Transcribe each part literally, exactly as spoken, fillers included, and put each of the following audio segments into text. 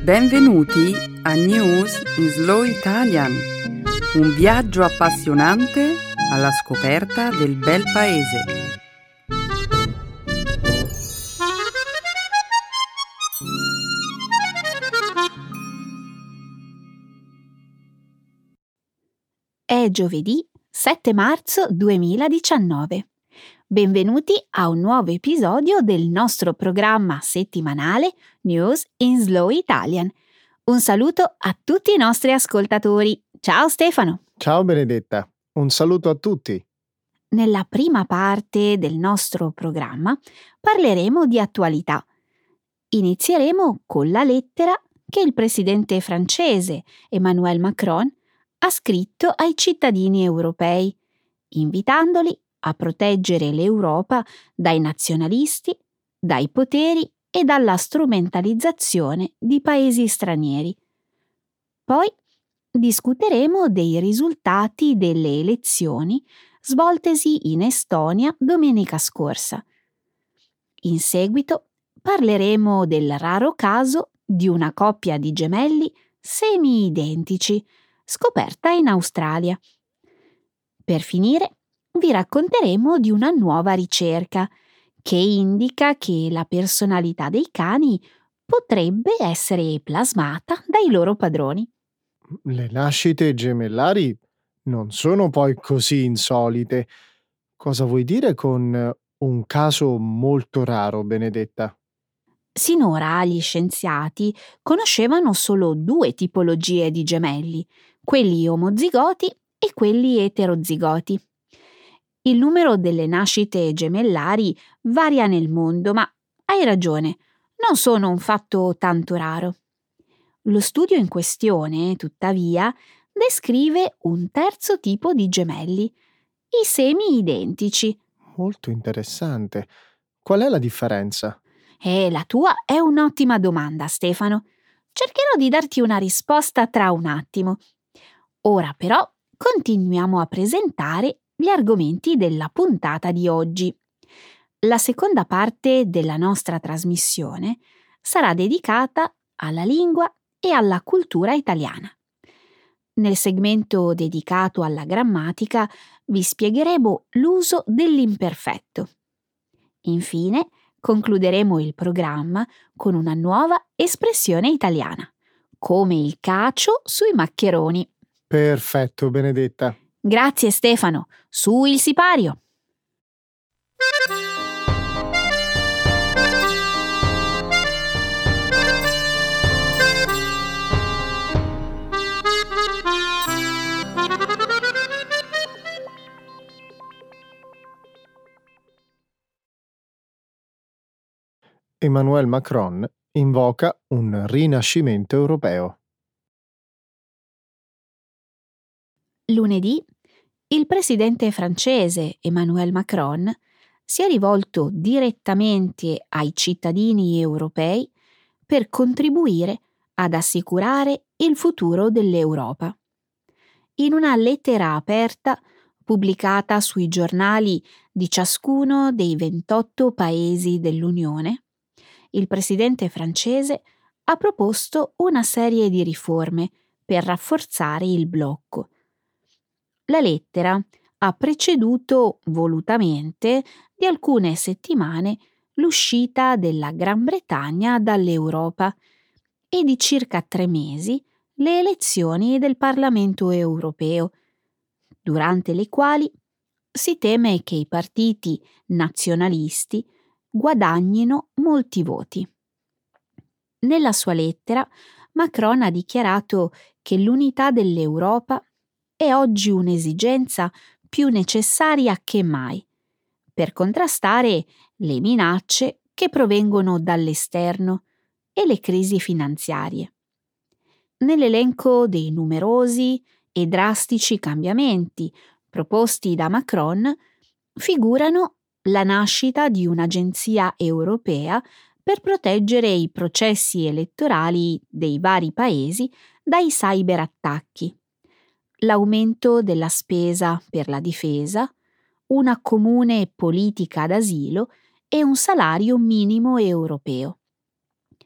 Benvenuti a News in Slow Italian, un viaggio appassionante alla scoperta del bel paese. È giovedì sette marzo duemiladiciannove. Benvenuti a un nuovo episodio del nostro programma settimanale News in Slow Italian. Un saluto a tutti i nostri ascoltatori. Ciao Stefano! Ciao Benedetta, un saluto a tutti. Nella prima parte del nostro programma parleremo di attualità. Inizieremo con la lettera che il presidente francese Emmanuel Macron ha scritto ai cittadini europei, invitandoli a proteggere l'Europa dai nazionalisti, dai poteri e dalla strumentalizzazione di paesi stranieri. Poi discuteremo dei risultati delle elezioni svoltesi in Estonia domenica scorsa. In seguito parleremo del raro caso di una coppia di gemelli semi-identici scoperta in Australia. Per finire, vi racconteremo di una nuova ricerca che indica che la personalità dei cani potrebbe essere plasmata dai loro padroni. Le nascite gemellari non sono poi così insolite. Cosa vuoi dire con un caso molto raro, Benedetta? Sinora gli scienziati conoscevano solo due tipologie di gemelli, quelli omozigoti e quelli eterozigoti. Il numero delle nascite gemellari varia nel mondo, ma hai ragione, non sono un fatto tanto raro. Lo studio in questione, tuttavia, descrive un terzo tipo di gemelli, i semi-identici. Molto interessante. Qual è la differenza? E la tua è un'ottima domanda, Stefano. Cercherò di darti una risposta tra un attimo. Ora però continuiamo a presentare gli argomenti della puntata di oggi. La seconda parte della nostra trasmissione sarà dedicata alla lingua e alla cultura italiana. Nel segmento dedicato alla grammatica vi spiegheremo l'uso dell'imperfetto. Infine, concluderemo il programma con una nuova espressione italiana, come il cacio sui maccheroni. Perfetto, Benedetta. Grazie Stefano, su il sipario! Emmanuel Macron invoca un rinascimento europeo. Lunedì, il presidente francese Emmanuel Macron si è rivolto direttamente ai cittadini europei per contribuire ad assicurare il futuro dell'Europa. In una lettera aperta pubblicata sui giornali di ciascuno dei ventotto paesi dell'Unione, il presidente francese ha proposto una serie di riforme per rafforzare il blocco. La lettera ha preceduto volutamente di alcune settimane l'uscita della Gran Bretagna dall'Europa e di circa tre mesi le elezioni del Parlamento europeo, durante le quali si teme che i partiti nazionalisti guadagnino molti voti. Nella sua lettera, Macron ha dichiarato che l'unità dell'Europa è oggi un'esigenza più necessaria che mai per contrastare le minacce che provengono dall'esterno e le crisi finanziarie. Nell'elenco dei numerosi e drastici cambiamenti proposti da Macron figurano la nascita di un'agenzia europea per proteggere i processi elettorali dei vari paesi dai cyberattacchi, l'aumento della spesa per la difesa, una comune politica d'asilo e un salario minimo europeo.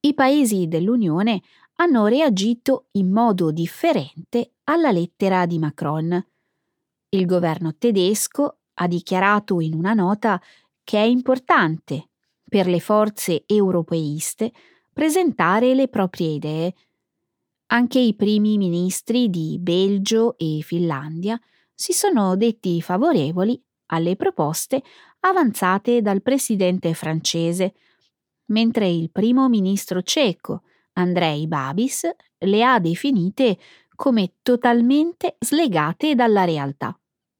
I paesi dell'Unione hanno reagito in modo differente alla lettera di Macron. Il governo tedesco ha dichiarato in una nota che è importante per le forze europeiste presentare le proprie idee. Anche i primi ministri di Belgio e Finlandia si sono detti favorevoli alle proposte avanzate dal presidente francese, mentre il primo ministro ceco, Andrej Babis, le ha definite come totalmente slegate dalla realtà.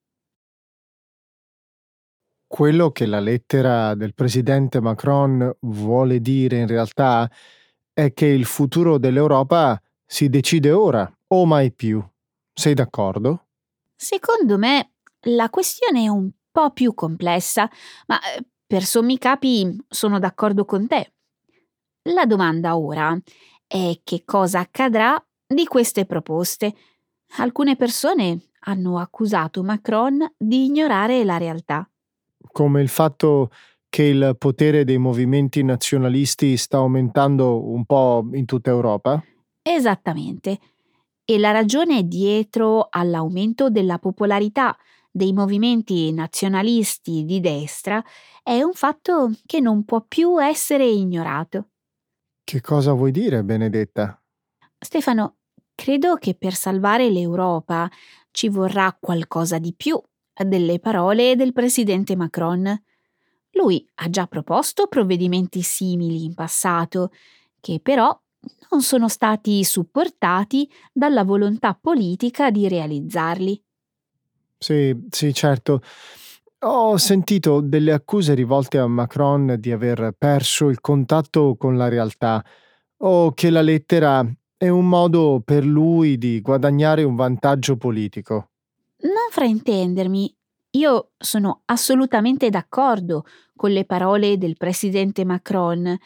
Quello che la lettera del presidente Macron vuole dire in realtà è che il futuro dell'Europa si decide ora o mai più. Sei d'accordo? Secondo me la questione è un po' più complessa, ma eh, per sommi capi sono d'accordo con te. La domanda ora è che cosa accadrà di queste proposte. Alcune persone hanno accusato Macron di ignorare la realtà. Come il fatto che il potere dei movimenti nazionalisti sta aumentando un po' in tutta Europa? Esattamente. E la ragione dietro all'aumento della popolarità dei movimenti nazionalisti di destra è un fatto che non può più essere ignorato. Che cosa vuoi dire, Benedetta? Stefano, credo che per salvare l'Europa ci vorrà qualcosa di più delle parole del presidente Macron. Lui ha già proposto provvedimenti simili in passato, che però non sono stati supportati dalla volontà politica di realizzarli. Sì, sì, certo. Ho sentito delle accuse rivolte a Macron di aver perso il contatto con la realtà o che la lettera è un modo per lui di guadagnare un vantaggio politico. Non fraintendermi, io sono assolutamente d'accordo con le parole del presidente Macron,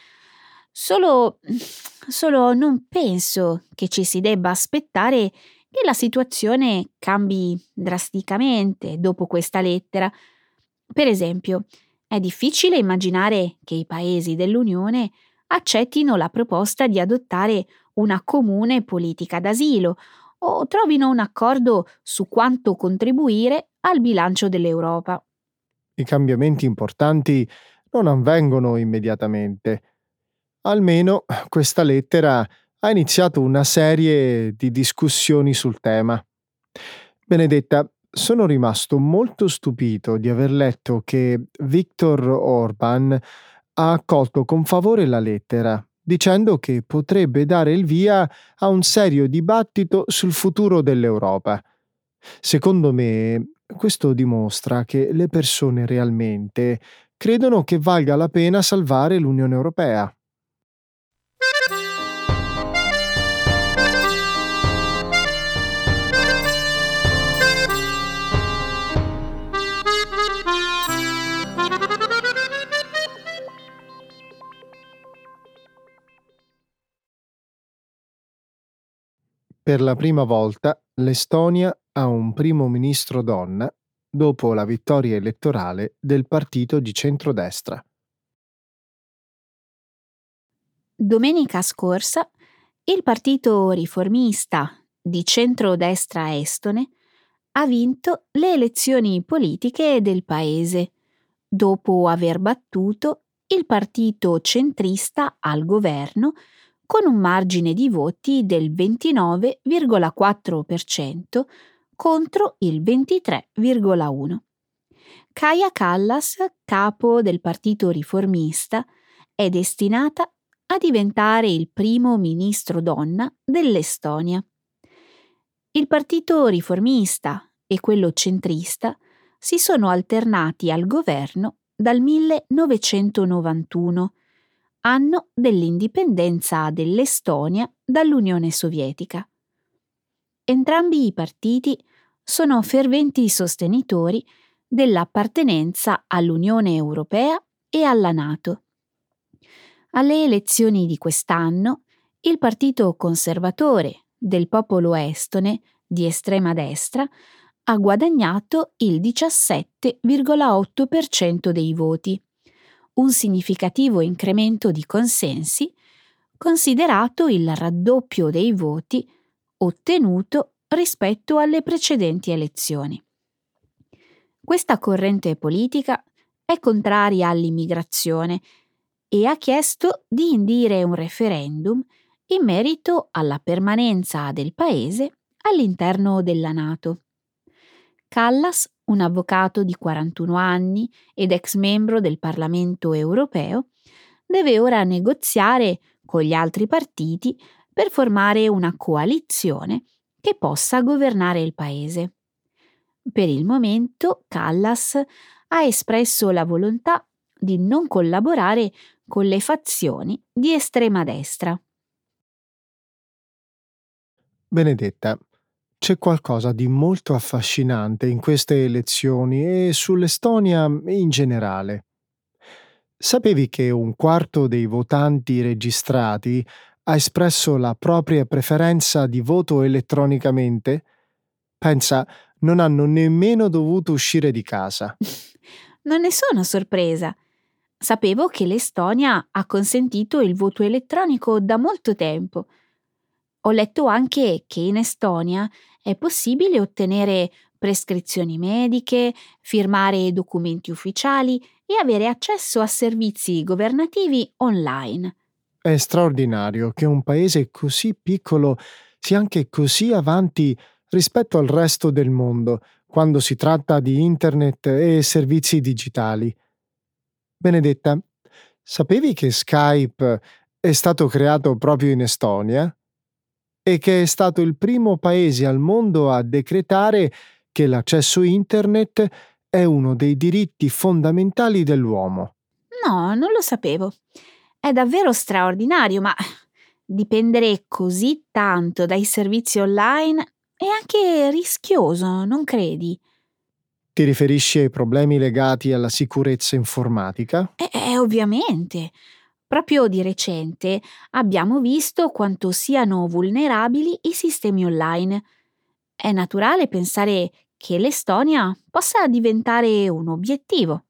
solo, solo non penso che ci si debba aspettare che la situazione cambi drasticamente dopo questa lettera. Per esempio, è difficile immaginare che i paesi dell'Unione accettino la proposta di adottare una comune politica d'asilo o trovino un accordo su quanto contribuire al bilancio dell'Europa. I cambiamenti importanti non avvengono immediatamente. Almeno questa lettera ha iniziato una serie di discussioni sul tema. Benedetta, sono rimasto molto stupito di aver letto che Viktor Orban ha accolto con favore la lettera, dicendo che potrebbe dare il via a un serio dibattito sul futuro dell'Europa. Secondo me, questo dimostra che le persone realmente credono che valga la pena salvare l'Unione Europea. Per la prima volta l'Estonia ha un primo ministro donna dopo la vittoria elettorale del partito di centrodestra. Domenica scorsa il partito riformista di centrodestra estone ha vinto le elezioni politiche del paese, dopo aver battuto il partito centrista al governo con un margine di voti del ventinove virgola quattro per cento contro il ventitré virgola uno per cento. Kaja Kallas, capo del partito riformista, è destinata a diventare il primo ministro donna dell'Estonia. Il partito riformista e quello centrista si sono alternati al governo dal millenovecentonovantuno, anno dell'indipendenza dell'Estonia dall'Unione Sovietica. Entrambi i partiti sono ferventi sostenitori dell'appartenenza all'Unione Europea e alla NATO. Alle elezioni di quest'anno, il partito conservatore del popolo estone di estrema destra ha guadagnato il diciassette virgola otto per cento dei voti, un significativo incremento di consensi considerato il raddoppio dei voti ottenuto rispetto alle precedenti elezioni. Questa corrente politica è contraria all'immigrazione e ha chiesto di indire un referendum in merito alla permanenza del paese all'interno della NATO. Kallas, un avvocato di quarantuno anni ed ex membro del Parlamento europeo, deve ora negoziare con gli altri partiti per formare una coalizione che possa governare il paese. Per il momento, Kallas ha espresso la volontà di non collaborare con le fazioni di estrema destra. Benedetta, c'è qualcosa di molto affascinante in queste elezioni e sull'Estonia in generale. Sapevi che un quarto dei votanti registrati ha espresso la propria preferenza di voto elettronicamente? Pensa, non hanno nemmeno dovuto uscire di casa. Non ne sono sorpresa. Sapevo che l'Estonia ha consentito il voto elettronico da molto tempo. Ho letto anche che in Estonia è possibile ottenere prescrizioni mediche, firmare documenti ufficiali e avere accesso a servizi governativi online. È straordinario che un paese così piccolo sia anche così avanti rispetto al resto del mondo quando si tratta di internet e servizi digitali. Benedetta, sapevi che Skype è stato creato proprio in Estonia? E che è stato il primo paese al mondo a decretare che l'accesso internet è uno dei diritti fondamentali dell'uomo. No, non lo sapevo. È davvero straordinario, ma dipendere così tanto dai servizi online è anche rischioso, non credi? Ti riferisci ai problemi legati alla sicurezza informatica? Eh, eh, ovviamente. Proprio di recente abbiamo visto quanto siano vulnerabili i sistemi online. È naturale pensare che l'Estonia possa diventare un obiettivo.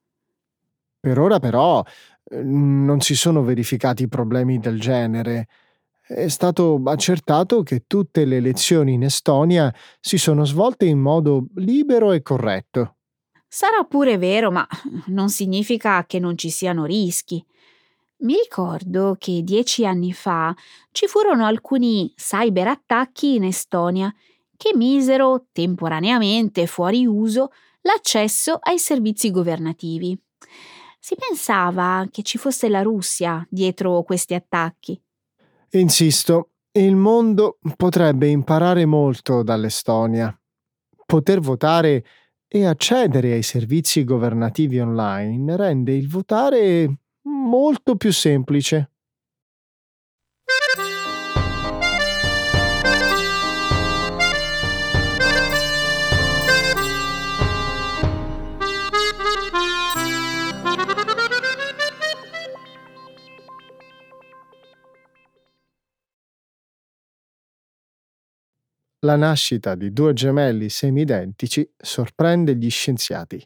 Per ora però eh, non si sono verificati problemi del genere. È stato accertato che tutte le elezioni in Estonia si sono svolte in modo libero e corretto. Sarà pure vero, ma non significa che non ci siano rischi. Mi ricordo che dieci anni fa ci furono alcuni cyberattacchi in Estonia che misero temporaneamente fuori uso l'accesso ai servizi governativi. Si pensava che ci fosse la Russia dietro questi attacchi. Insisto, il mondo potrebbe imparare molto dall'Estonia. Poter votare e accedere ai servizi governativi online rende il votare molto più semplice. La nascita di due gemelli semi-identici sorprende gli scienziati.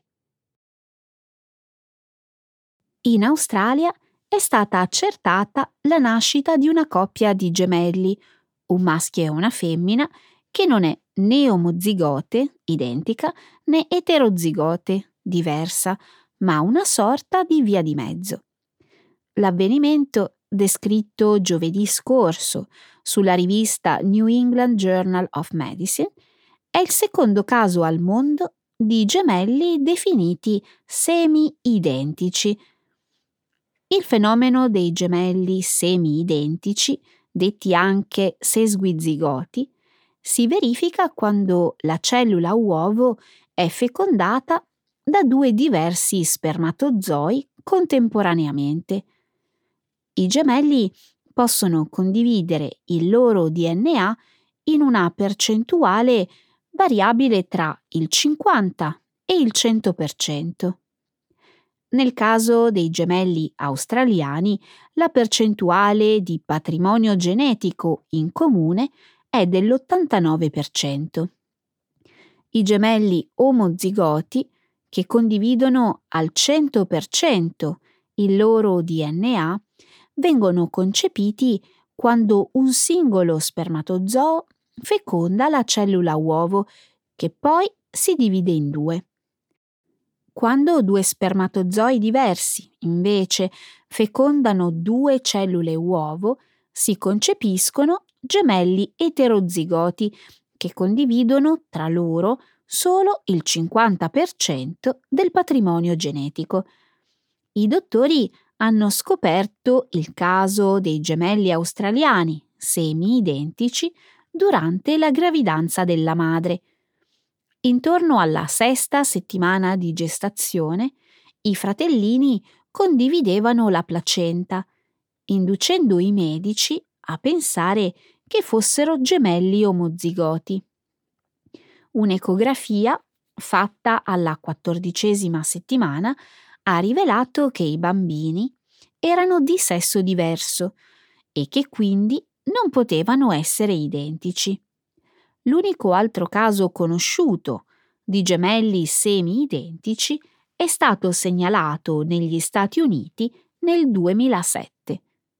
In Australia è stata accertata la nascita di una coppia di gemelli, un maschio e una femmina, che non è né omozigote, identica, né eterozigote, diversa, ma una sorta di via di mezzo. L'avvenimento, descritto giovedì scorso sulla rivista New England Journal of Medicine, è il secondo caso al mondo di gemelli definiti semi-identici. Il fenomeno dei gemelli semi-identici, detti anche sesquizigoti, si verifica quando la cellula uovo è fecondata da due diversi spermatozoi contemporaneamente. I gemelli possono condividere il loro D N A in una percentuale variabile tra il cinquanta e il cento per cento. Nel caso dei gemelli australiani, la percentuale di patrimonio genetico in comune è dell'ottantanove per cento. I gemelli omozigoti, che condividono al cento per cento il loro D N A, vengono concepiti quando un singolo spermatozoo feconda la cellula uovo, che poi si divide in due. Quando due spermatozoi diversi, invece, fecondano due cellule uovo, si concepiscono gemelli eterozigoti che condividono tra loro solo il cinquanta per cento del patrimonio genetico. I dottori hanno scoperto il caso dei gemelli australiani, semi-identici, durante la gravidanza della madre. Intorno alla sesta settimana di gestazione, i fratellini condividevano la placenta, inducendo i medici a pensare che fossero gemelli omozigoti. Un'ecografia fatta alla quattordicesima settimana ha rivelato che i bambini erano di sesso diverso e che quindi non potevano essere identici. L'unico altro caso conosciuto di gemelli semi-identici è stato segnalato negli Stati Uniti nel duemilasette.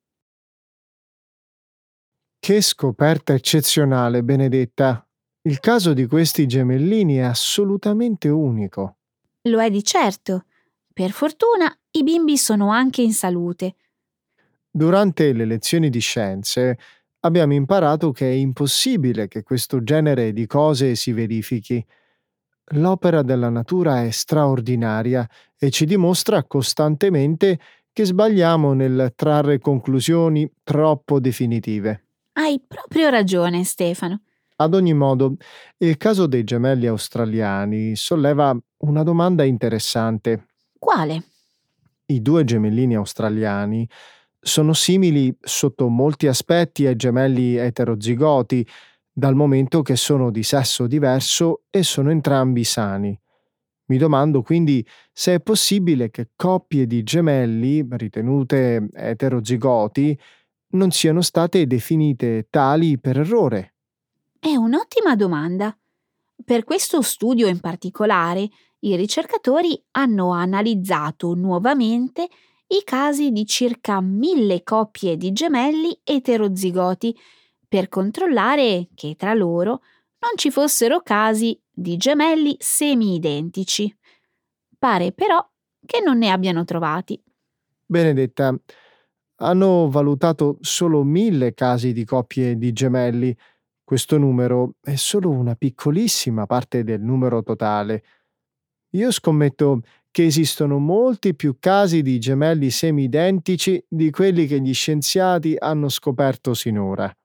Che scoperta eccezionale, Benedetta! Il caso di questi gemellini è assolutamente unico. Lo è di certo. Per fortuna i bimbi sono anche in salute. Durante le lezioni di scienze abbiamo imparato che è impossibile che questo genere di cose si verifichi. L'opera della natura è straordinaria e ci dimostra costantemente che sbagliamo nel trarre conclusioni troppo definitive. Hai proprio ragione, Stefano. Ad ogni modo, il caso dei gemelli australiani solleva una domanda interessante. Quale? I due gemellini australiani sono simili sotto molti aspetti ai gemelli eterozigoti, dal momento che sono di sesso diverso e sono entrambi sani. Mi domando quindi se è possibile che coppie di gemelli, ritenute eterozigoti, non siano state definite tali per errore. È un'ottima domanda. Per questo studio in particolare, i ricercatori hanno analizzato nuovamente i casi di circa mille coppie di gemelli eterozigoti per controllare che tra loro non ci fossero casi di gemelli semi-identici. Pare però che non ne abbiano trovati. Benedetta, hanno valutato solo mille casi di coppie di gemelli. Questo numero è solo una piccolissima parte del numero totale. Io scommetto che esistono molti più casi di gemelli semi-identici di quelli che gli scienziati hanno scoperto sinora.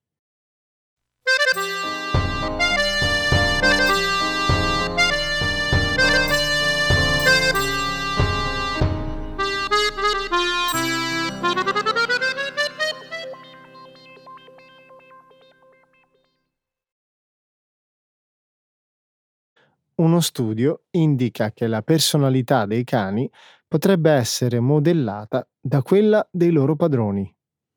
Uno studio indica che la personalità dei cani potrebbe essere modellata da quella dei loro padroni.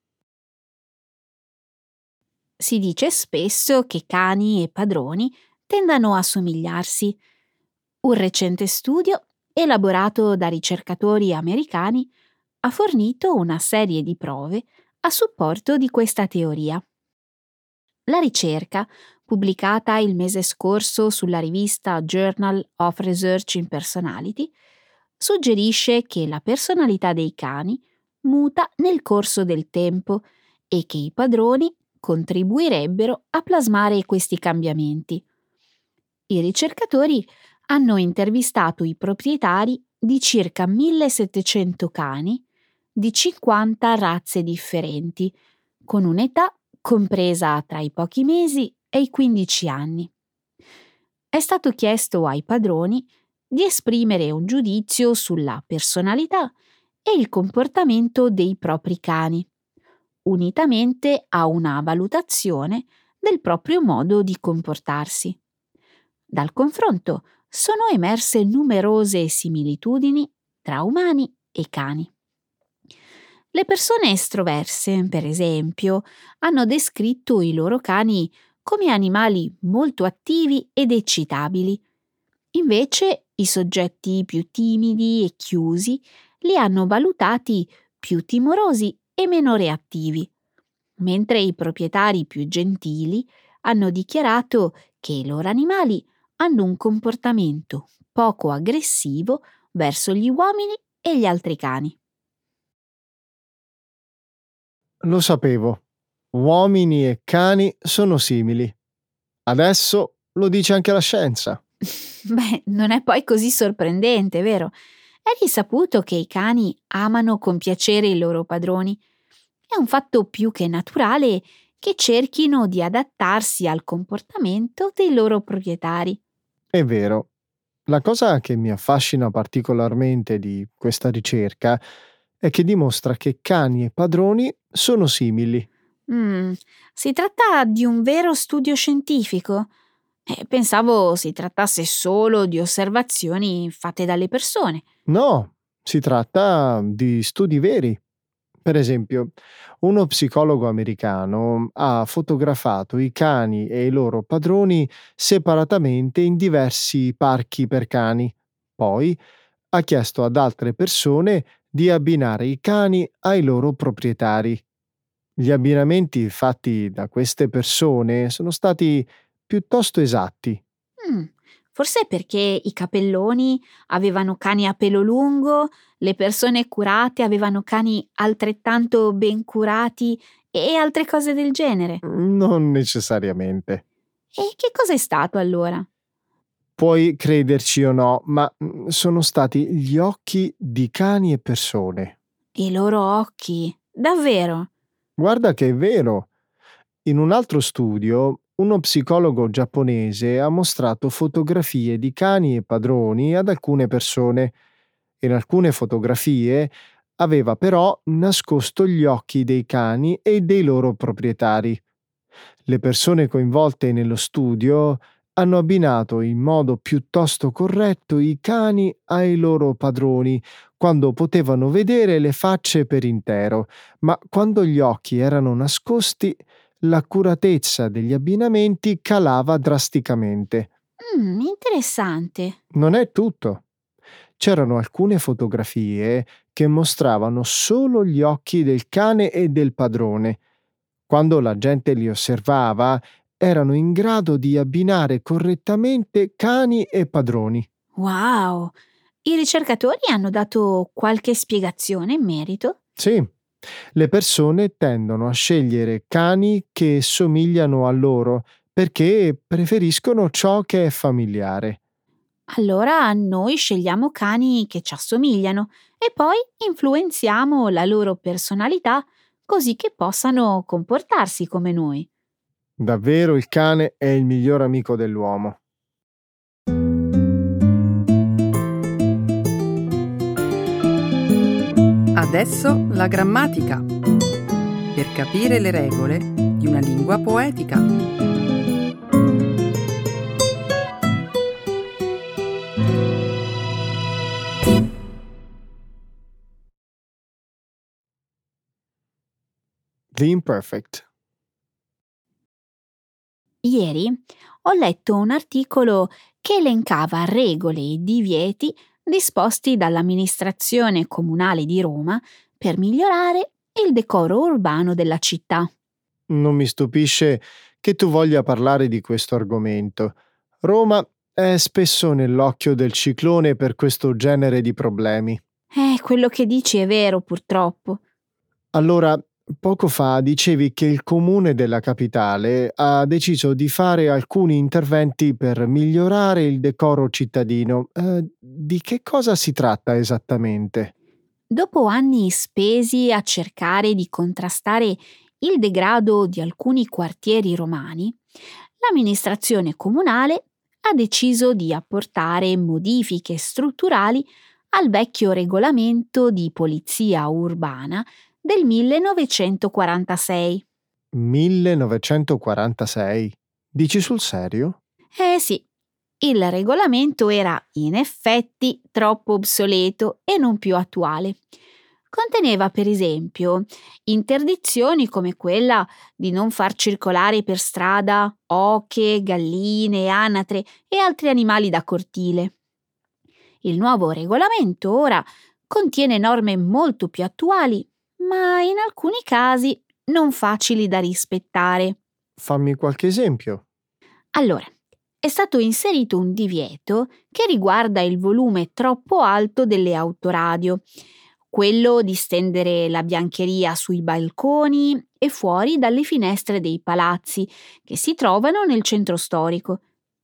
Si dice spesso che cani e padroni tendano a somigliarsi. Un recente studio, elaborato da ricercatori americani, ha fornito una serie di prove a supporto di questa teoria. La ricerca, pubblicata il mese scorso sulla rivista Journal of Research in Personality, suggerisce che la personalità dei cani muta nel corso del tempo e che i padroni contribuirebbero a plasmare questi cambiamenti. I ricercatori hanno intervistato i proprietari di circa millesettecento cani di cinquanta razze differenti, con un'età compresa tra i pochi mesi e i quindici anni. È stato chiesto ai padroni di esprimere un giudizio sulla personalità e il comportamento dei propri cani, unitamente a una valutazione del proprio modo di comportarsi. Dal confronto sono emerse numerose similitudini tra umani e cani. Le persone estroverse, per esempio, hanno descritto i loro cani come animali molto attivi ed eccitabili. Invece, i soggetti più timidi e chiusi li hanno valutati più timorosi e meno reattivi. mentre i proprietari più gentili hanno dichiarato che i loro animali hanno un comportamento poco aggressivo verso gli uomini e gli altri cani. Lo sapevo. Uomini e cani sono simili. Adesso lo dice anche la scienza. Beh, non è poi così sorprendente, vero? È risaputo che i cani amano compiacere i loro padroni. È un fatto più che naturale che cerchino di adattarsi al comportamento dei loro proprietari. È vero. La cosa che mi affascina particolarmente di questa ricerca è che dimostra che cani e padroni sono simili. Mm, si tratta di un vero studio scientifico? Eh, pensavo si trattasse solo di osservazioni fatte dalle persone. No, si tratta di studi veri. Per esempio, uno psicologo americano ha fotografato i cani e i loro padroni separatamente in diversi parchi per cani. Poi ha chiesto ad altre persone di abbinare i cani ai loro proprietari. Gli abbinamenti fatti da queste persone sono stati piuttosto esatti. Mm, forse perché i capelloni avevano cani a pelo lungo, le persone curate avevano cani altrettanto ben curati e altre cose del genere. Non necessariamente. E che cosa è stato allora? Puoi crederci o no, ma mm, sono stati gli occhi di cani e persone. I loro occhi. Davvero? Guarda che è vero. In un altro studio, uno psicologo giapponese ha mostrato fotografie di cani e padroni ad alcune persone. In alcune fotografie aveva però nascosto gli occhi dei cani e dei loro proprietari. Le persone coinvolte nello studio hanno abbinato in modo piuttosto corretto i cani ai loro padroni, quando potevano vedere le facce per intero, ma quando gli occhi erano nascosti, l'accuratezza degli abbinamenti calava drasticamente. Mm, interessante. Non è tutto. C'erano alcune fotografie che mostravano solo gli occhi del cane e del padrone. Quando la gente li osservava, erano in grado di abbinare correttamente cani e padroni. Wow! I ricercatori hanno dato qualche spiegazione in merito? Sì, le persone tendono a scegliere cani che somigliano a loro perché preferiscono ciò che è familiare. Allora noi scegliamo cani che ci assomigliano e poi influenziamo la loro personalità così che possano comportarsi come noi. Davvero il cane è il miglior amico dell'uomo. Adesso la grammatica. Per capire le regole di una lingua poetica. The Imperfect. Ieri ho letto un articolo che elencava regole e divieti disposti dall'amministrazione comunale di Roma per migliorare il decoro urbano della città. Non mi stupisce che tu voglia parlare di questo argomento. Roma è spesso nell'occhio del ciclone per questo genere di problemi. Eh, quello che dici è vero, purtroppo. Allora, poco fa dicevi che il comune della capitale ha deciso di fare alcuni interventi per migliorare il decoro cittadino. Eh, di che cosa si tratta esattamente? Dopo anni spesi a cercare di contrastare il degrado di alcuni quartieri romani, l'amministrazione comunale ha deciso di apportare modifiche strutturali al vecchio regolamento di polizia urbana del millenovecentoquarantasei. millenovecentoquarantasei? Dici sul serio? Eh sì, il regolamento era in effetti troppo obsoleto e non più attuale. Conteneva per esempio interdizioni come quella di non far circolare per strada oche, galline, anatre e altri animali da cortile. Il nuovo regolamento ora contiene norme molto più attuali, ma in alcuni casi non facili da rispettare. Fammi qualche esempio. Allora, è stato inserito un divieto che riguarda il volume troppo alto delle autoradio, quello di stendere la biancheria sui balconi e fuori dalle finestre dei palazzi che si trovano nel centro storico.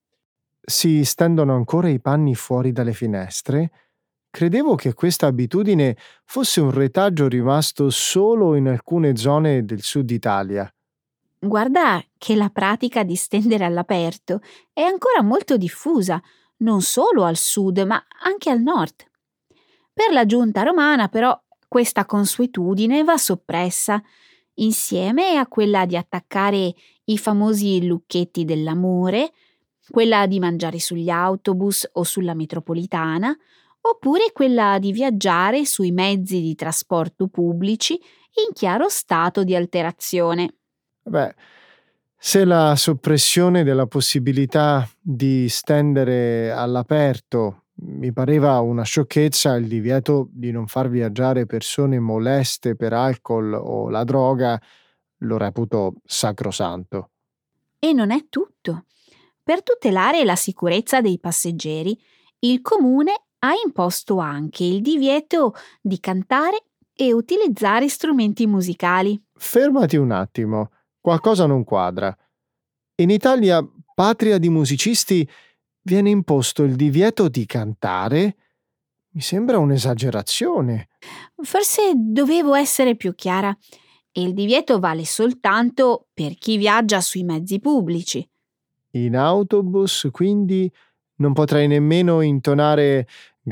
Si stendono ancora i panni fuori dalle finestre? Credevo che questa abitudine fosse un retaggio rimasto solo in alcune zone del sud Italia. Guarda che la pratica di stendere all'aperto è ancora molto diffusa, non solo al sud, ma anche al nord. Per la giunta romana, però, questa consuetudine va soppressa, insieme a quella di attaccare i famosi lucchetti dell'amore, quella di mangiare sugli autobus o sulla metropolitana, oppure quella di viaggiare sui mezzi di trasporto pubblici in chiaro stato di alterazione. Beh, se la soppressione della possibilità di stendere all'aperto mi pareva una sciocchezza, il divieto di non far viaggiare persone moleste per alcol o la droga lo reputo sacrosanto. E non è tutto. Per tutelare la sicurezza dei passeggeri, il comune ha imposto anche il divieto di cantare e utilizzare strumenti musicali. Fermati un attimo, qualcosa non quadra. In Italia, patria di musicisti, viene imposto il divieto di cantare? Mi sembra un'esagerazione. Forse dovevo essere più chiara. Il divieto vale soltanto per chi viaggia sui mezzi pubblici. In autobus, quindi, non potrei nemmeno intonare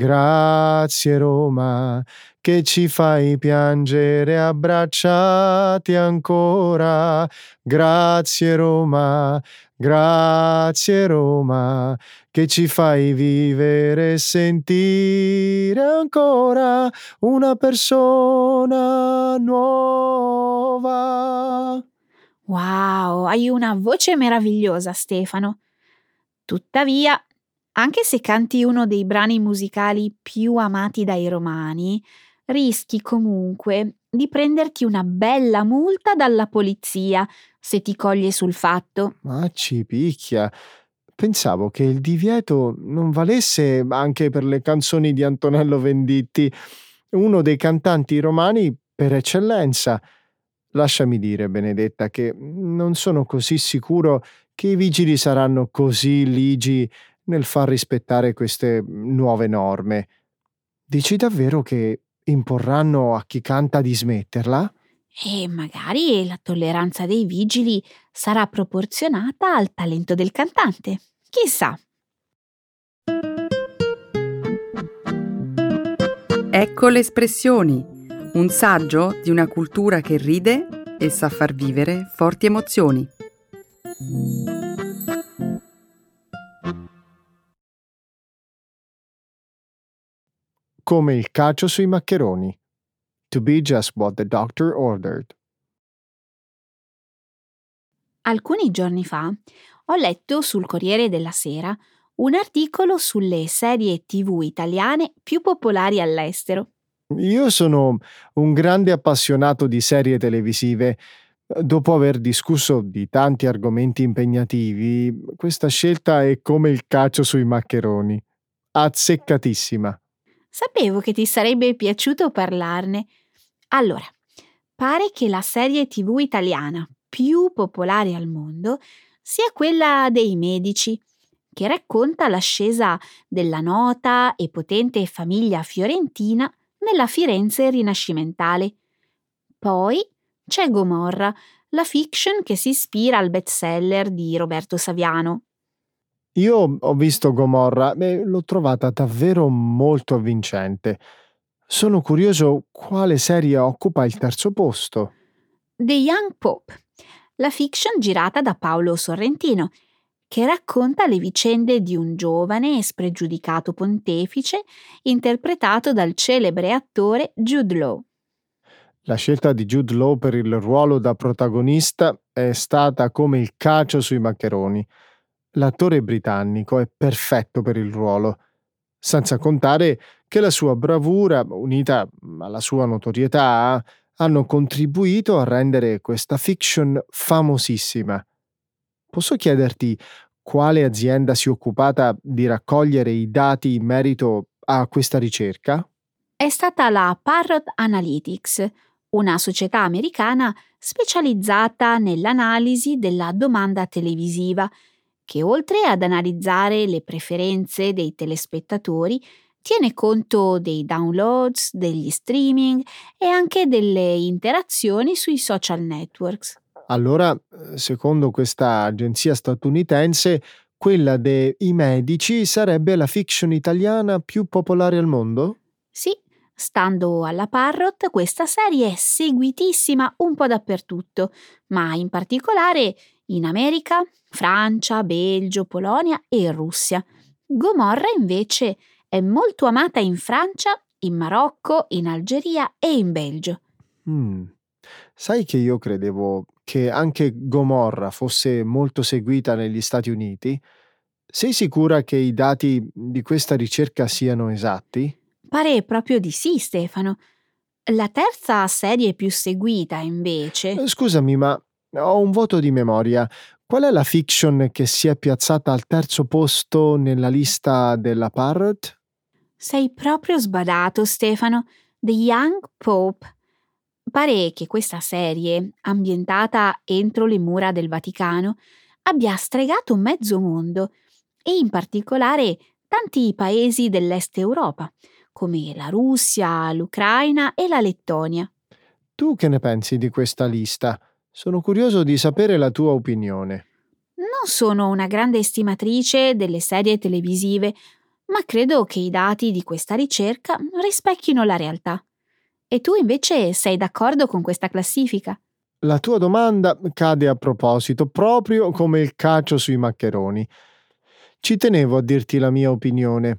Grazie Roma, che ci fai piangere abbracciati ancora. Grazie Roma, grazie Roma, che ci fai vivere e sentire ancora una persona nuova. Wow, hai una voce meravigliosa, Stefano. Tuttavia, anche se canti uno dei brani musicali più amati dai romani, rischi comunque di prenderti una bella multa dalla polizia se ti coglie sul fatto. Ma ci picchia. Pensavo che il divieto non valesse anche per le canzoni di Antonello Venditti, uno dei cantanti romani per eccellenza. Lasciami dire, Benedetta, che non sono così sicuro che i vigili saranno così ligi nel far rispettare queste nuove norme. Dici davvero che imporranno a chi canta di smetterla? E magari la tolleranza dei vigili sarà proporzionata al talento del cantante. Chissà. Ecco le espressioni, un saggio di una cultura che ride e sa far vivere forti emozioni. Come il cacio sui maccheroni. To be just what the doctor ordered. Alcuni giorni fa ho letto sul Corriere della Sera un articolo sulle serie tivù italiane più popolari all'estero. Io sono un grande appassionato di serie televisive. Dopo aver discusso di tanti argomenti impegnativi, questa scelta è come il cacio sui maccheroni. Azzeccatissima. Sapevo che ti sarebbe piaciuto parlarne. Allora, pare che la serie tivù italiana più popolare al mondo sia quella dei Medici, che racconta l'ascesa della nota e potente famiglia fiorentina nella Firenze rinascimentale. Poi c'è Gomorra, la fiction che si ispira al bestseller di Roberto Saviano. Io ho visto Gomorra e l'ho trovata davvero molto avvincente. Sono curioso quale serie occupa il terzo posto. The Young Pope, la fiction girata da Paolo Sorrentino, che racconta le vicende di un giovane e spregiudicato pontefice interpretato dal celebre attore Jude Law. La scelta di Jude Law per il ruolo da protagonista è stata come il cacio sui maccheroni. L'attore britannico è perfetto per il ruolo, senza contare che la sua bravura, unita alla sua notorietà, hanno contribuito a rendere questa fiction famosissima. Posso chiederti quale azienda si è occupata di raccogliere i dati in merito a questa ricerca? È stata la Parrot Analytics, una società americana specializzata nell'analisi della domanda televisiva, che oltre ad analizzare le preferenze dei telespettatori, tiene conto dei downloads, degli streaming e anche delle interazioni sui social networks. Allora, secondo questa agenzia statunitense, quella dei medici sarebbe la fiction italiana più popolare al mondo? Sì, stando alla Parrot, questa serie è seguitissima un po' dappertutto, ma in particolare in America, Francia, Belgio, Polonia e Russia. Gomorra invece è molto amata in Francia, in Marocco, in Algeria e in Belgio. Mm. Sai che io credevo che anche Gomorra fosse molto seguita negli Stati Uniti? Sei sicura che i dati di questa ricerca siano esatti? Pare proprio di sì, Stefano. La terza serie più seguita, invece... Eh, Scusami, ma ho un vuoto di memoria. Qual è la fiction che si è piazzata al terzo posto nella lista della Parrot? Sei proprio sbadato, Stefano. The Young Pope. Pare che questa serie, ambientata entro le mura del Vaticano, abbia stregato mezzo mondo e in particolare tanti paesi dell'Est Europa, come la Russia, l'Ucraina e la Lettonia. Tu che ne pensi di questa lista? Sono curioso di sapere la tua opinione. Non sono una grande estimatrice delle serie televisive, ma credo che i dati di questa ricerca rispecchino la realtà. E tu invece sei d'accordo con questa classifica? La tua domanda cade a proposito, proprio come il cacio sui maccheroni. Ci tenevo a dirti la mia opinione.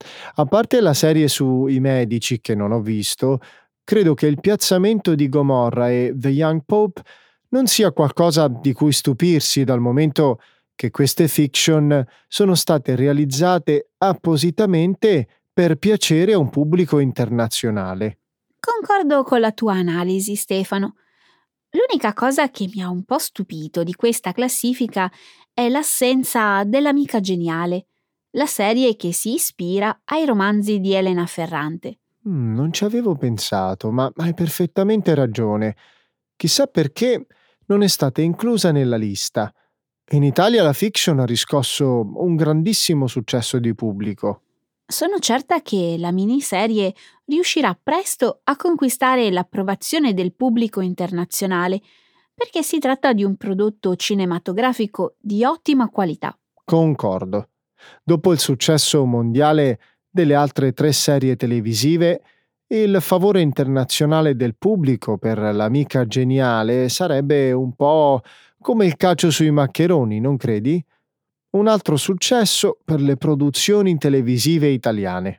A parte la serie sui medici che non ho visto, credo che il piazzamento di Gomorra e The Young Pope non sia qualcosa di cui stupirsi, dal momento che queste fiction sono state realizzate appositamente per piacere a un pubblico internazionale. Concordo con la tua analisi, Stefano. L'unica cosa che mi ha un po' stupito di questa classifica è l'assenza dell'Amica Geniale, la serie che si ispira ai romanzi di Elena Ferrante. Mm, non ci avevo pensato, ma hai perfettamente ragione. Chissà perché non è stata inclusa nella lista. In Italia la fiction ha riscosso un grandissimo successo di pubblico. Sono certa che la miniserie riuscirà presto a conquistare l'approvazione del pubblico internazionale, perché si tratta di un prodotto cinematografico di ottima qualità. Concordo. Dopo il successo mondiale delle altre tre serie televisive, il favore internazionale del pubblico per l'Amica Geniale sarebbe un po' come il cacio sui maccheroni, non credi? Un altro successo per le produzioni televisive italiane.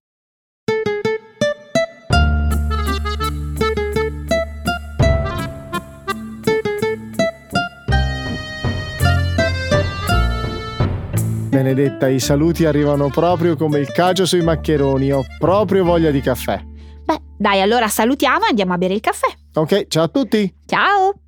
Benedetta, i saluti arrivano proprio come il cacio sui maccheroni, ho proprio voglia di caffè. Beh, dai, allora salutiamo e andiamo a bere il caffè. Ok, ciao a tutti! Ciao!